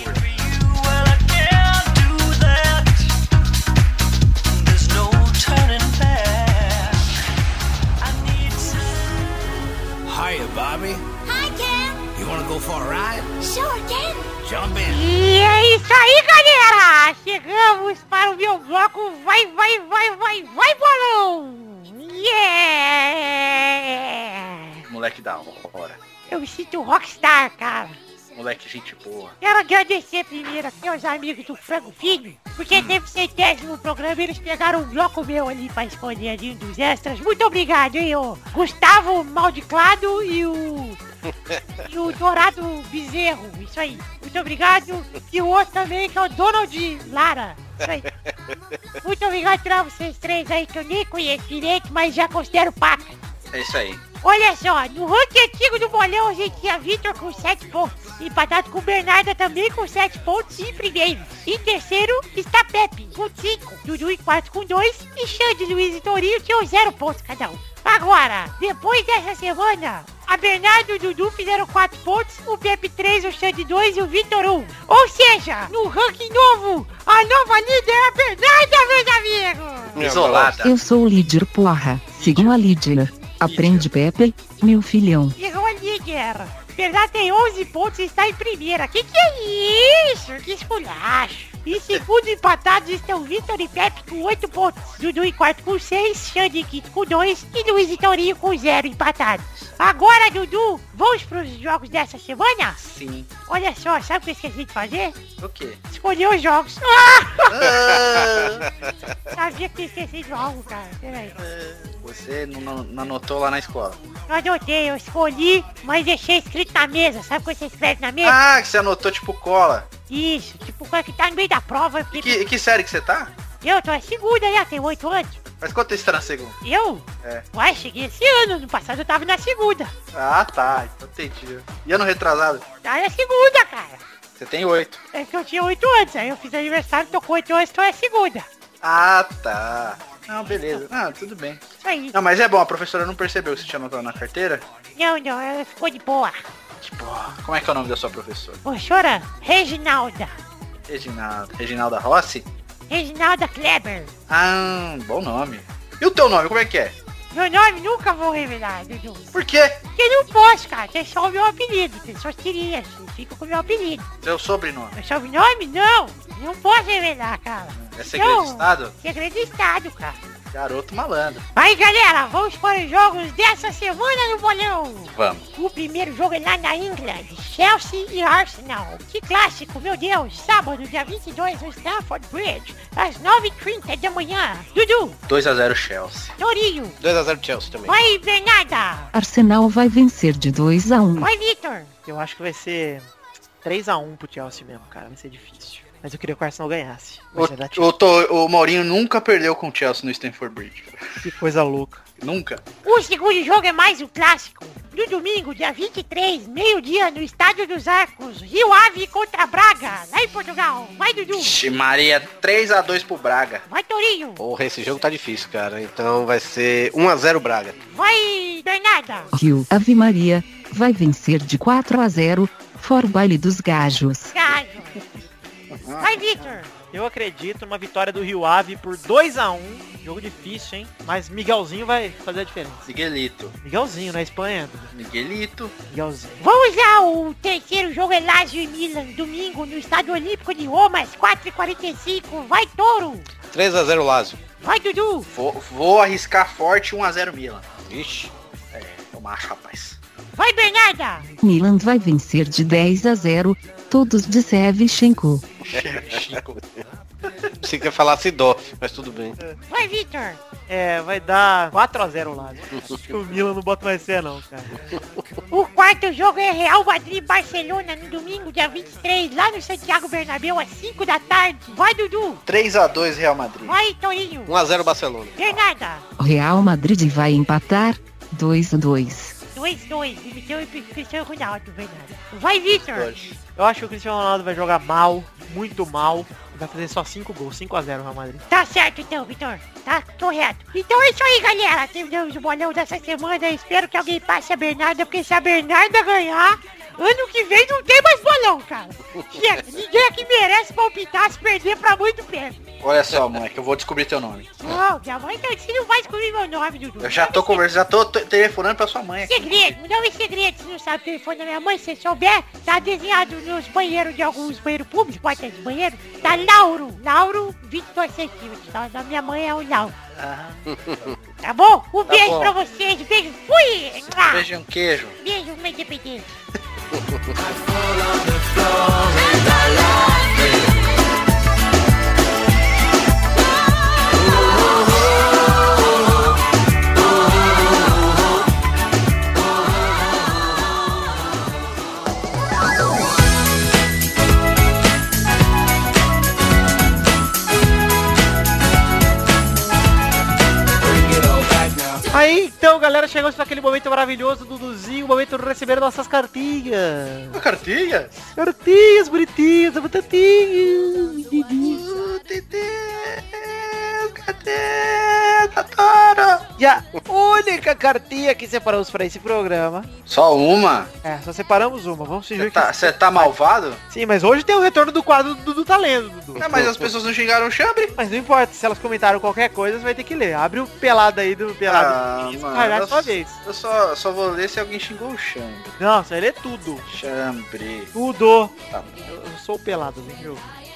Hiya, Bobby. Hi, Ken. You wanna go for a ride? Sure, Ken. Jump in. E é isso aí, galera! Chegamos para o meu bloco Vai Bolão! Yeah! Moleque da hora. Eu me sinto rockstar, cara. Moleque, gente boa. Quero agradecer primeiro aqui aos amigos do Frango Filho, porque teve 100º programa e eles pegaram um bloco meu ali pra escolher ali dos extras. Muito obrigado, hein, ô Gustavo Maldiclado e o Dourado Bezerro. Isso aí. Muito obrigado. E o outro também, que é o Donald Lara. Isso aí. Muito obrigado pra vocês 3 aí, que eu nem conheço direito, mas já considero paca. É isso aí. Olha só, no ranking antigo do bolão a gente tinha Vitor com 7 pontos, empatado com Bernarda também com 7 pontos em primeiro. Em terceiro está Pepe com 5, Dudu em quarto com 2 e Xande, Luiz e Torinho tinham 0 pontos cada um. Agora, depois dessa semana, a Bernardo e o Dudu fizeram 4 pontos, o Pepe 3, o Xande 2 e o Vitor 1. Ou seja, no ranking novo, a nova líder é a Bernarda, meus amigos! Isolada. Eu sou o líder, porra. Sigam a líder. Aprende, Pepe, meu filhão. Chegou a líder. Bernardo tem 11 pontos e está em primeira. Que é isso? Que esculacho. Em segundo empatados estão Vitor e Pepe com 8 pontos. Dudu em quarto com 6, Xande em quinto com 2 e Luiz e Torinho com 0 empatados. Agora, Dudu, vamos pros jogos dessa semana? Sim. Olha só, sabe o que eu esqueci de fazer? O quê? Escolher os jogos. Sabia que eu esqueci de algo, cara. Peraí. Você não anotou lá na escola? Eu anotei, eu escolhi, mas deixei escrito na mesa. Sabe quando você escreve na mesa? Ah, que você anotou tipo cola. Isso, tipo coisa que tá no meio da prova. E que série que você tá? Eu tô na segunda, né? Tenho 8 anos. Mas quanto você tá na segunda? Eu? É. Uai, cheguei esse ano. No passado eu tava na segunda. Ah, tá. Então entendi. E ano retrasado? Tá na segunda, cara. Você tem 8. É que eu tinha 8 anos. Aí eu fiz aniversário, tô com 8 anos, tô na segunda. Ah, tá. Não, beleza. Ah, tudo bem. Isso aí. Não, mas é bom, a professora não percebeu que você tinha anotado na carteira? Não, ela ficou de boa. Tipo, como é que é o nome da sua professora? Professora Reginalda. Reginalda Rossi? Reginalda Kleber. Ah, bom nome. E o teu nome, como é que é? Meu nome nunca vou revelar, Dudu. Por quê? Porque não posso, cara. Tem só o meu apelido. Tem só tirinhas. Fica com o meu apelido. Seu sobrenome? Meu sobrenome? Não. Não posso revelar, cara. É segredo de estado? Segredo de estado, cara. Garoto malandro. Aí, galera, vamos para os jogos dessa semana no bolão. Vamos. O primeiro jogo é lá na Inglaterra, Chelsea e Arsenal. Que clássico, meu Deus. Sábado, dia 22, no Stamford Bridge, às 9h30 da manhã. Dudu. 2-0 Chelsea. Torinho. 2-0 Chelsea também. Vai, Bernarda. Arsenal vai vencer de 2-1. Vai, Vitor. Eu acho que vai ser 3-1 pro Chelsea mesmo, cara. Vai ser difícil. Mas eu queria que o Arsenal ganhasse. O Maurinho nunca perdeu com o Chelsea no Stamford Bridge. Que coisa louca. Nunca. O segundo jogo é mais um clássico. No domingo, dia 23, meio-dia, no Estádio dos Arcos, Rio Ave contra Braga, lá em Portugal. Vai, Dudu. Ixi, Maria, 3-2 pro Braga. Vai, Torinho. Porra, esse jogo tá difícil, cara. Então vai ser 1-0 Braga. Vai, Bernarda. Rio Ave Maria vai vencer de 4-0. For baile dos gajos. Gajo. Vai, Vitor. Eu acredito numa vitória do Rio Ave por 2-1. Jogo difícil, hein? Mas Miguelzinho vai fazer a diferença. Miguelito. Miguelzinho, na Espanha. Miguelito. Miguelzinho. Vamos lá, o terceiro jogo é Lazio e Milan, domingo, no Estádio Olímpico de Roma, às 4h45. Vai, Touro. 3-0 Lazio. Vai, Dudu. Vou arriscar forte 1-0 Milan. Vixe. É, eu macho, rapaz. Vai, Bernarda. Milan vai vencer de 10-0. Todos de Shevchenko. Você quer falar Sidorf, mas tudo bem. Vai, Vitor. É, vai dar 4-0 lá. Acho que o Milan não bota mais fé não, cara. O quarto jogo é Real Madrid e Barcelona, no domingo, dia 23, lá no Santiago Bernabéu, às 5 da tarde. Vai, Dudu. 3-2 Real Madrid. Vai, Torinho. 1-0 Barcelona. Bernarda. O Real Madrid vai empatar 2-2. 2-2. Demitiu o Cristiano Ronaldo, Bernardo. Vai, Vitor. Eu acho que o Cristiano Ronaldo vai jogar mal, muito mal. Vai fazer só 5 gols, 5-0 Real Madrid. Tá certo então, Vitor. Tá correto. Então é isso aí, galera. Terminamos o bolão dessa semana. Espero que alguém passe a Bernarda, porque se a Bernarda ganhar, ano que vem não tem mais bolão, cara. Ninguém aqui merece palpitar se perder pra muito perto. Olha só, moleque, eu vou descobrir teu nome. Não, minha mãe você não vai descobrir meu nome, Dudu. Eu já tô conversando, já tô telefonando pra sua mãe aqui. Segredo, não é segredo. Se não sabe o telefone da minha mãe, se souber, tá desenhado nos banheiros de alguns banheiros públicos, pode ter de banheiro. Tá Lauro, 22 centímetros. Tá? Da minha mãe é o Lauro. Tá bom? Um beijo bom. pra vocês. Beijo. Fui! Beijo e um queijo. Beijo, mãe independente. Aí, então, galera, chegamos para aquele momento maravilhoso do Duduzinho, o momento de receber nossas cartinhas. Uma cartinha? Cartinhas bonitinhas, batatinhas. E a única cartinha que separamos para esse programa. Só uma? É, só separamos uma. Vamos fingir que... Você tá malvado? Sim, mas hoje tem o retorno do quadro do Dudu tá lendo, Dudu. É, mas as pessoas não xingaram o Chambre? Mas não importa, se elas comentaram qualquer coisa, você vai ter que ler. Abre o pelado aí do pelado. Vai dar sua vez. Eu só vou ler se alguém xingou o Chambre. Não, você vai ler tudo. Chambre. Tudo. Tá. Eu sou o pelado, viu?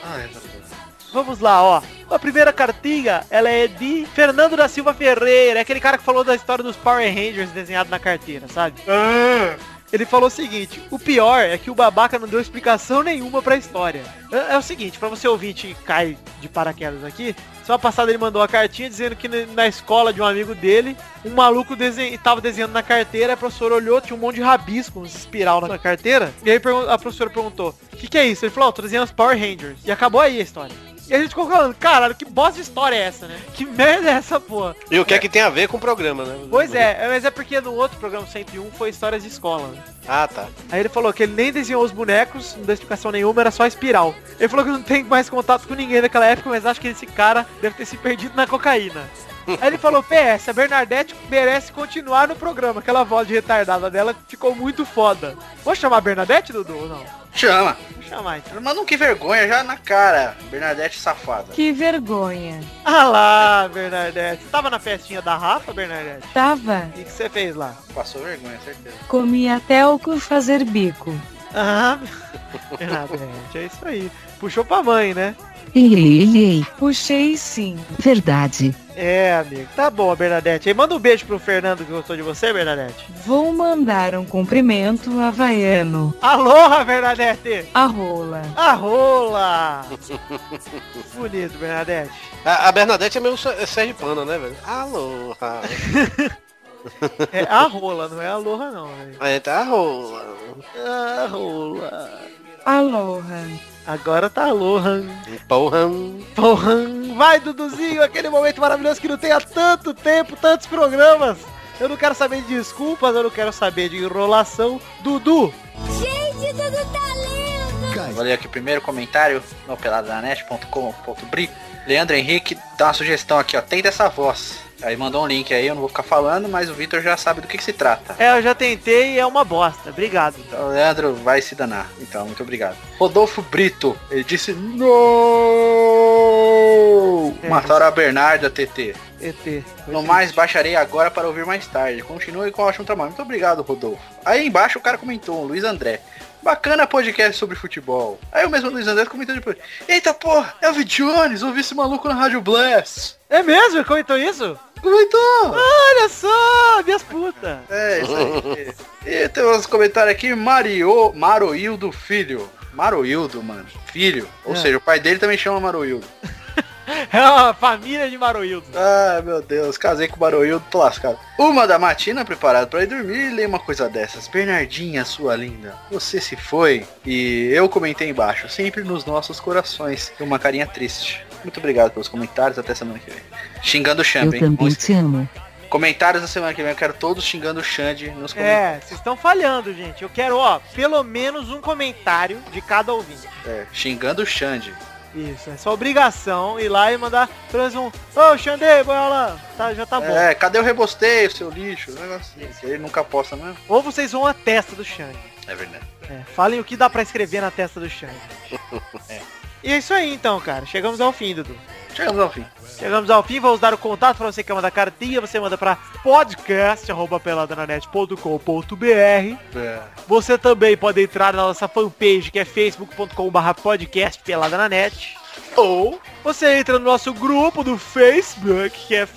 Ai, meu Deus. Vamos lá, ó. A primeira cartinha, ela é de Fernando da Silva Ferreira. É aquele cara que falou da história dos Power Rangers desenhado na carteira, sabe? Ele falou o seguinte: o pior é que o babaca não deu explicação nenhuma pra história. É o seguinte, pra você ouvinte que cai de paraquedas aqui, semana passada ele mandou uma cartinha dizendo que na escola de um amigo dele, um maluco tava desenhando na carteira, a professora olhou, tinha um monte de rabisco, uns espiral na carteira, e aí a professora perguntou: o que é isso? Ele falou: tô desenhando os Power Rangers. E acabou aí a história. E a gente ficou falando, caralho, que bosta de história é essa, né? Que merda é essa, porra? E o que é que tem a ver com o programa, né? Pois é, mas é porque no outro programa 101 foi histórias de escola, né? Ah, tá. Aí ele falou que ele nem desenhou os bonecos, não deu explicação nenhuma, era só espiral. Ele falou que não tem mais contato com ninguém naquela época, mas acho que esse cara deve ter se perdido na cocaína. Aí ele falou: PS, a Bernadette merece continuar no programa. Aquela voz de retardada dela ficou muito foda. Vou chamar a Bernadette, Dudu, ou não? Chama. Vou chamar então. Manda um que vergonha já na cara. Bernadette safada. Que vergonha. Ah lá, Bernadette. Você tava na festinha da Rafa, Bernadette? Tava. O que você fez lá? Passou vergonha, certeza. Comi até o cu fazer bico. Ah, Bernadette, é isso aí. Puxou pra mãe, né? Ei, puxei sim. Verdade. É, amigo. Tá bom, Bernadette. Aí manda um beijo pro Fernando que gostou de você, Bernadette. Vou mandar um cumprimento havaiano. Aloha, Bernadette. A rola. A rola. Bonito, Bernadette. A Bernadette é meio sergipana, né, velho? Aloha. É a rola, não é a aloha não, velho. Aí tá a rola. A rola. Aloha. Agora tá aloha. Porra. Porra. Vai, Duduzinho, aquele momento maravilhoso que não tem há tanto tempo, tantos programas. Eu não quero saber de desculpas, eu não quero saber de enrolação. Dudu. Gente, Dudu tá lindo. Vou ler aqui o primeiro comentário no peladananet.com.br. Leandro Henrique dá uma sugestão aqui, ó. Tem dessa voz. Aí mandou um link aí, eu não vou ficar falando, mas o Vitor já sabe do que se trata. É, eu já tentei e é uma bosta. Obrigado. Então, o Leandro vai se danar. Então, muito obrigado. Rodolfo Brito, ele disse não! Mataram a Bernarda, TT. ET. No mais, baixarei agora para ouvir mais tarde. Continue com o ótimo trabalho. Muito obrigado, Rodolfo. Aí embaixo o cara comentou, Luiz André. Bacana podcast sobre futebol. Aí o mesmo Luiz André comentou depois: eita porra, Elvis Jones, ouvi esse maluco na Rádio Blast. É mesmo? Ele comentou isso? Comentou! Olha só, minhas putas. É, isso aí. E tem uns comentários aqui, Maroildo Filho. Maroildo, mano. Filho. Ou seja, o pai dele também chama Maroildo. É uma família de Maroildo. Ah, meu Deus, casei com o Maroildo, tô lascado. Uma da matina, preparado pra ir dormir, e lê uma coisa dessas. Bernardinha, sua linda, você se foi. E eu comentei embaixo, sempre nos nossos corações. Uma carinha triste. Muito obrigado pelos comentáriros, até semana que vem. Xingando o Xande, Eu também te amo. Comentários da semana que vem, eu quero todos xingando o Xande nos comentários. É, vocês estão falhando, gente. Eu quero, ó, pelo menos um comentário de cada ouvinte. É, xingando o Xande. Isso, é sua obrigação ir lá e mandar pelo menos um: ô, Xande, bola, tá, já tá bom. É, cadê o rebosteio, seu lixo? Um negócio assim, que ele nunca posta mesmo. Ou vocês vão à testa do Xande. É verdade. É, falem o que dá pra escrever na testa do Xande. É. E é isso aí então, cara. Chegamos ao fim, Dudu. Chegamos ao fim. Chegamos ao fim, vamos dar o contato para você que quer mandar cartinha, você manda para podcast@peladananet.com.br. É. Você também pode entrar na nossa fanpage, que é facebook.com/podcastpeladananet. Ou você entra no nosso grupo do Facebook, que é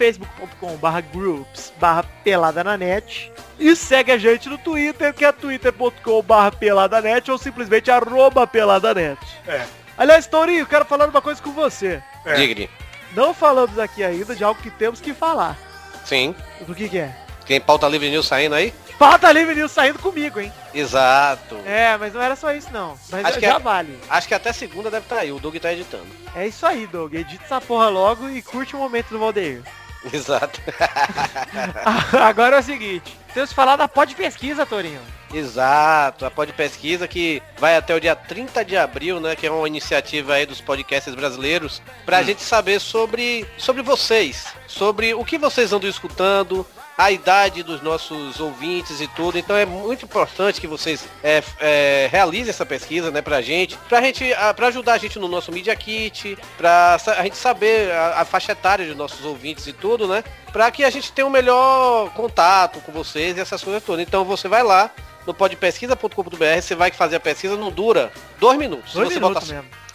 facebook.com/groups/peladananet. E segue a gente no Twitter, que é twitter.com/peladanet ou simplesmente @peladanet. É. Aliás, Tourinho, quero falar uma coisa com você. Diga. Não falamos aqui ainda de algo que temos que falar. Sim. Do que é? Tem pauta livre news saindo aí? Pauta Livre News saindo comigo, hein? Exato. É, mas não era só isso não. Mas Acho que já é- vale. Acho que até segunda deve estar aí, o Doug tá editando. É isso aí, Doug. Edita essa porra logo e curte o momento do Valdeir. Exato. Agora é o seguinte. Temos que falar da Pod Pesquisa, Tourinho. Exato, a Pod Pesquisa que vai até o dia 30 de abril, né, que é uma iniciativa aí dos podcasts brasileiros, pra gente saber sobre vocês, sobre o que vocês andam escutando, a idade dos nossos ouvintes e tudo. Então é muito importante que vocês realizem essa pesquisa, né, pra ajudar a gente no nosso Media Kit, pra a gente saber a faixa etária dos nossos ouvintes e tudo, né, pra que a gente tenha um melhor contato com vocês e essas coisas todas. Então você vai lá no podpesquisa.com.br, você vai fazer a pesquisa, não dura 2 minutos. 2 minutos botar, mesmo.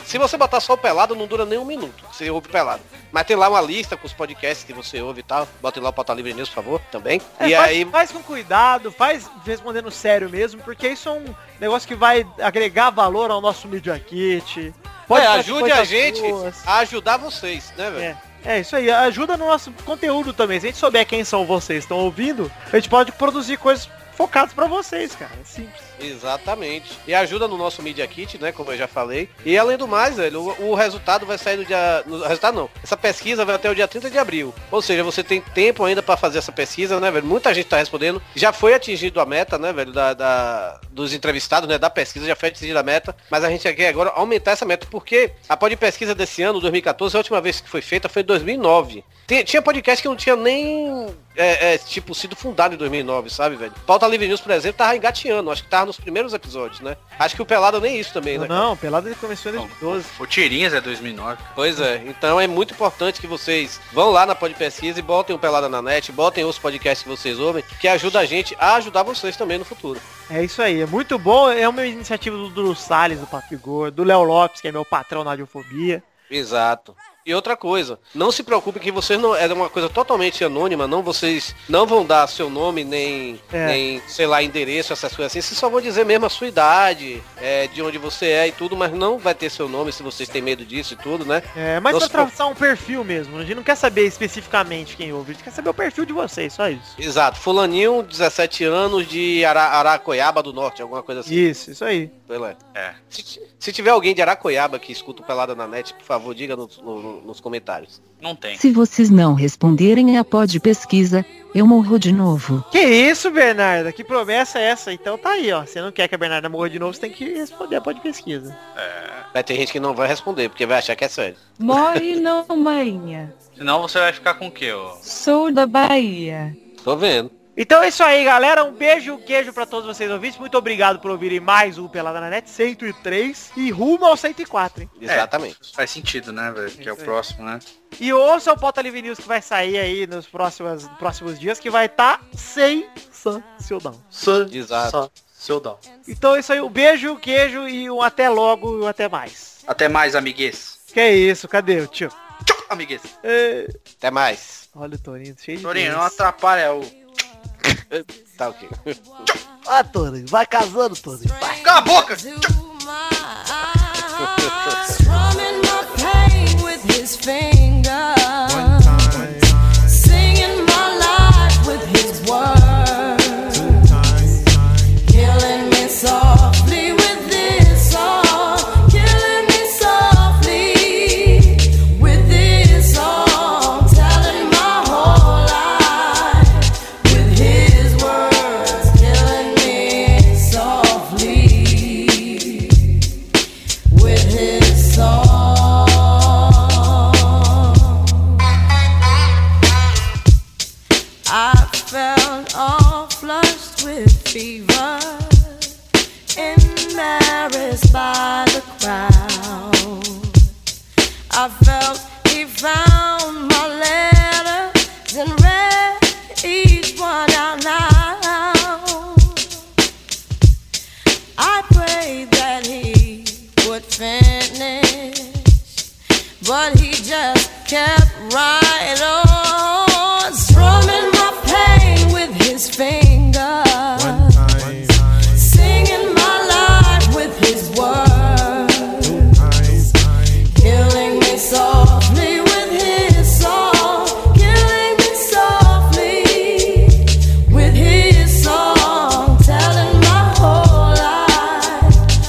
Se você botar só o Pelado, não dura nem um minuto. Você ouve Pelado. Mas tem lá uma lista com os podcasts que você ouve e tal. Botem lá o Pauta Livre News, por favor, também. E aí... Faz com cuidado, faz respondendo sério mesmo, porque isso é um negócio que vai agregar valor ao nosso Media Kit. Ajude a gente a ajudar vocês, né, velho? É isso aí, ajuda no nosso conteúdo também. Se a gente souber quem são vocês, estão ouvindo, a gente pode produzir coisas focadas pra vocês, cara. É simples. Exatamente. E ajuda no nosso Media Kit, né, como eu já falei. E além do mais, velho, o resultado vai sair no dia... resultado não. Essa pesquisa vai até o dia 30 de abril. Ou seja, você tem tempo ainda pra fazer essa pesquisa, né, velho? Muita gente tá respondendo. Já foi atingido a meta, né, velho, dos entrevistados, né, da pesquisa. Já foi atingida a meta. Mas a gente quer agora aumentar essa meta. Porque a pesquisa desse ano, 2014, a última vez que foi feita foi em 2009. Tinha podcast que não tinha nem... tipo, sido fundado em 2009, sabe, velho? Pauta Livre News, por exemplo, tava engateando. Acho que tava nos primeiros episódios, né? Acho que o Pelado nem isso também, né? Não, o Pelado ele começou em 2012. O Tirinhas é 2009. Pois é. Então é muito importante que vocês vão lá na Podpesquisa e botem o Pelada na net, botem os podcasts que vocês ouvem, que ajuda a gente a ajudar vocês também no futuro. É isso aí, é muito bom. É uma iniciativa do Duro Salles, do Papigor, do Léo Lopes, que é meu patrão na Radiofobia. Exato. E outra coisa, não se preocupe que vocês não... É uma coisa totalmente anônima, vocês não vão dar seu nome, nem sei lá, endereço, essas coisas assim. Vocês só vão dizer mesmo a sua idade, de onde você é e tudo, mas não vai ter seu nome se vocês têm medo disso e tudo, né? Mas pra traçar um perfil mesmo, a gente não quer saber especificamente quem ouve, a gente quer saber o perfil de vocês, só isso. Exato, fulaninho, 17 anos, de Aracoiaba do Norte, alguma coisa assim. Isso aí. Se tiver alguém de Aracoiaba que escuta o Pelada na net, por favor, diga nos comentários. Não tem. Se vocês não responderem a Podpesquisa, eu morro de novo. Que isso, Bernarda? Que promessa é essa? Então tá aí, ó. Você não quer que a Bernarda morra de novo, você tem que responder a Podpesquisa. Vai ter gente que não vai responder, porque vai achar que é sério. Morre não, mainha. Senão você vai ficar com o quê, ó? Sou da Bahia. Tô vendo. Então é isso aí, galera. Um beijo, queijo pra todos vocês ouvintes. Muito obrigado por ouvirem mais um Pelada na Net 103 e rumo ao 104, hein? Exatamente. Faz sentido, né, velho? Que é o próximo, né? E ouça o Pauta Livre News que vai sair aí nos próximos dias, que vai estar sensacional. Sensacional. Então é isso aí. Um beijo, queijo e um até logo e até mais. Até mais, amiguês. Que é isso? Cadê o tio? Tchau, amiguês. Até mais. Olha o Torinho, cheio de Torinho, não atrapalha o... Tá ok. Ah, Torinho, vai casando, Torinho. Vai. Cala a boca! By the crowd, I felt he found my letters and read each one out loud. I prayed that he would finish, but he just kept right on, strumming my pain with his fingers.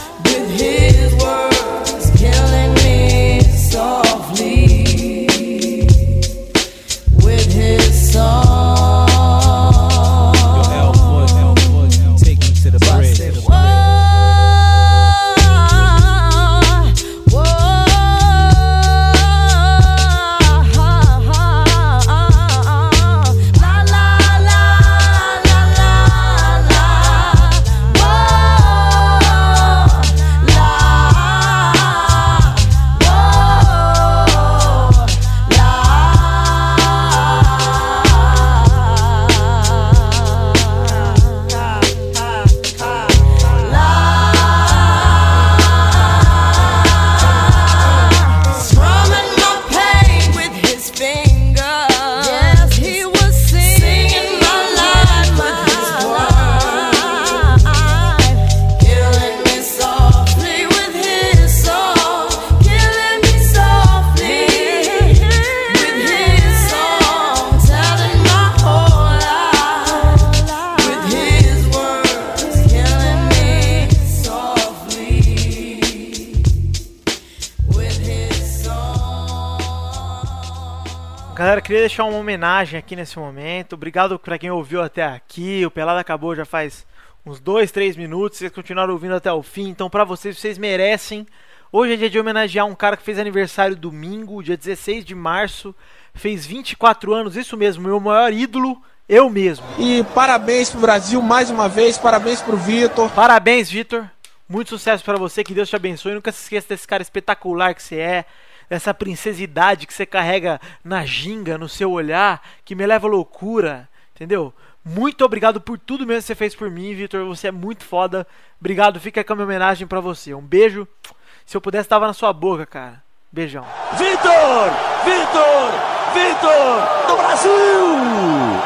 His words killing me softly. Galera, queria deixar uma homenagem aqui nesse momento. Obrigado pra quem ouviu até aqui. O Pelada acabou já faz uns 2, 3 minutos. Vocês continuaram ouvindo até o fim. Então pra vocês merecem. Hoje é dia de homenagear um cara que fez aniversário domingo, dia 16 de março. Fez 24 anos, isso mesmo, meu maior ídolo, eu mesmo. E parabéns pro Brasil mais uma vez, parabéns pro Vitor. Parabéns, Vitor. Muito sucesso pra você, que Deus te abençoe. Nunca se esqueça desse cara espetacular que você é. Dessa princesidade que você carrega na ginga, no seu olhar, que me leva à loucura, entendeu? Muito obrigado por tudo mesmo que você fez por mim, Vitor. Você é muito foda. Obrigado, fica aí com a minha homenagem pra você. Um beijo. Se eu pudesse, tava na sua boca, cara. Beijão. Vitor! Vitor! Vitor! Do Brasil!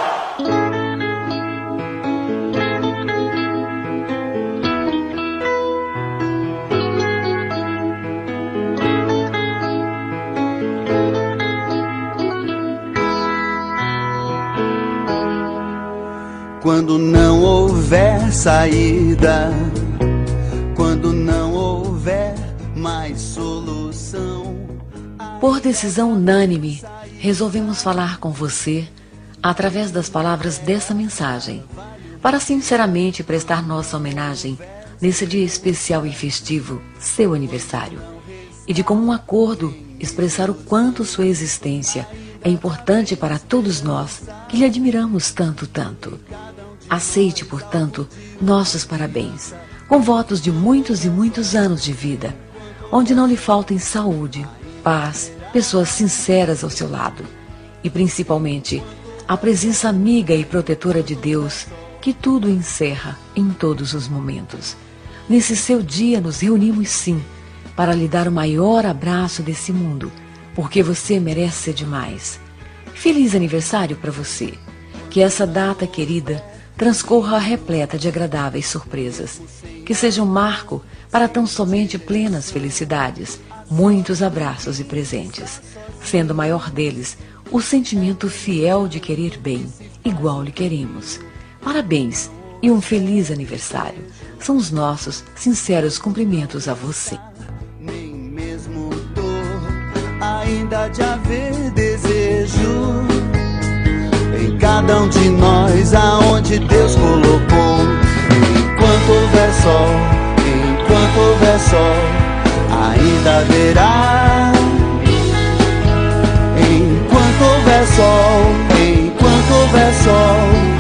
Quando não houver saída, quando não houver mais solução. Por decisão unânime, resolvemos falar com você através das palavras dessa mensagem, para sinceramente prestar nossa homenagem nesse dia especial e festivo, seu aniversário, e de comum acordo expressar o quanto sua existência é importante para todos nós que lhe admiramos tanto. Aceite, portanto, nossos parabéns, com votos de muitos e muitos anos de vida, onde não lhe faltem saúde, paz, pessoas sinceras ao seu lado e, principalmente, a presença amiga e protetora de Deus, que tudo encerra em todos os momentos. Nesse seu dia nos reunimos sim, para lhe dar o maior abraço desse mundo, porque você merece ser demais. Feliz aniversário para você. Que essa data querida transcorra repleta de agradáveis surpresas. Que seja um marco para tão somente plenas felicidades, muitos abraços e presentes, sendo o maior deles o sentimento fiel de querer bem, igual lhe queremos. Parabéns e um feliz aniversário. São os nossos sinceros cumprimentos a você. Nem mesmo dor, ainda de haver desejo em cada um de nós, aonde Deus colocou. Enquanto houver sol, ainda haverá. Enquanto houver sol,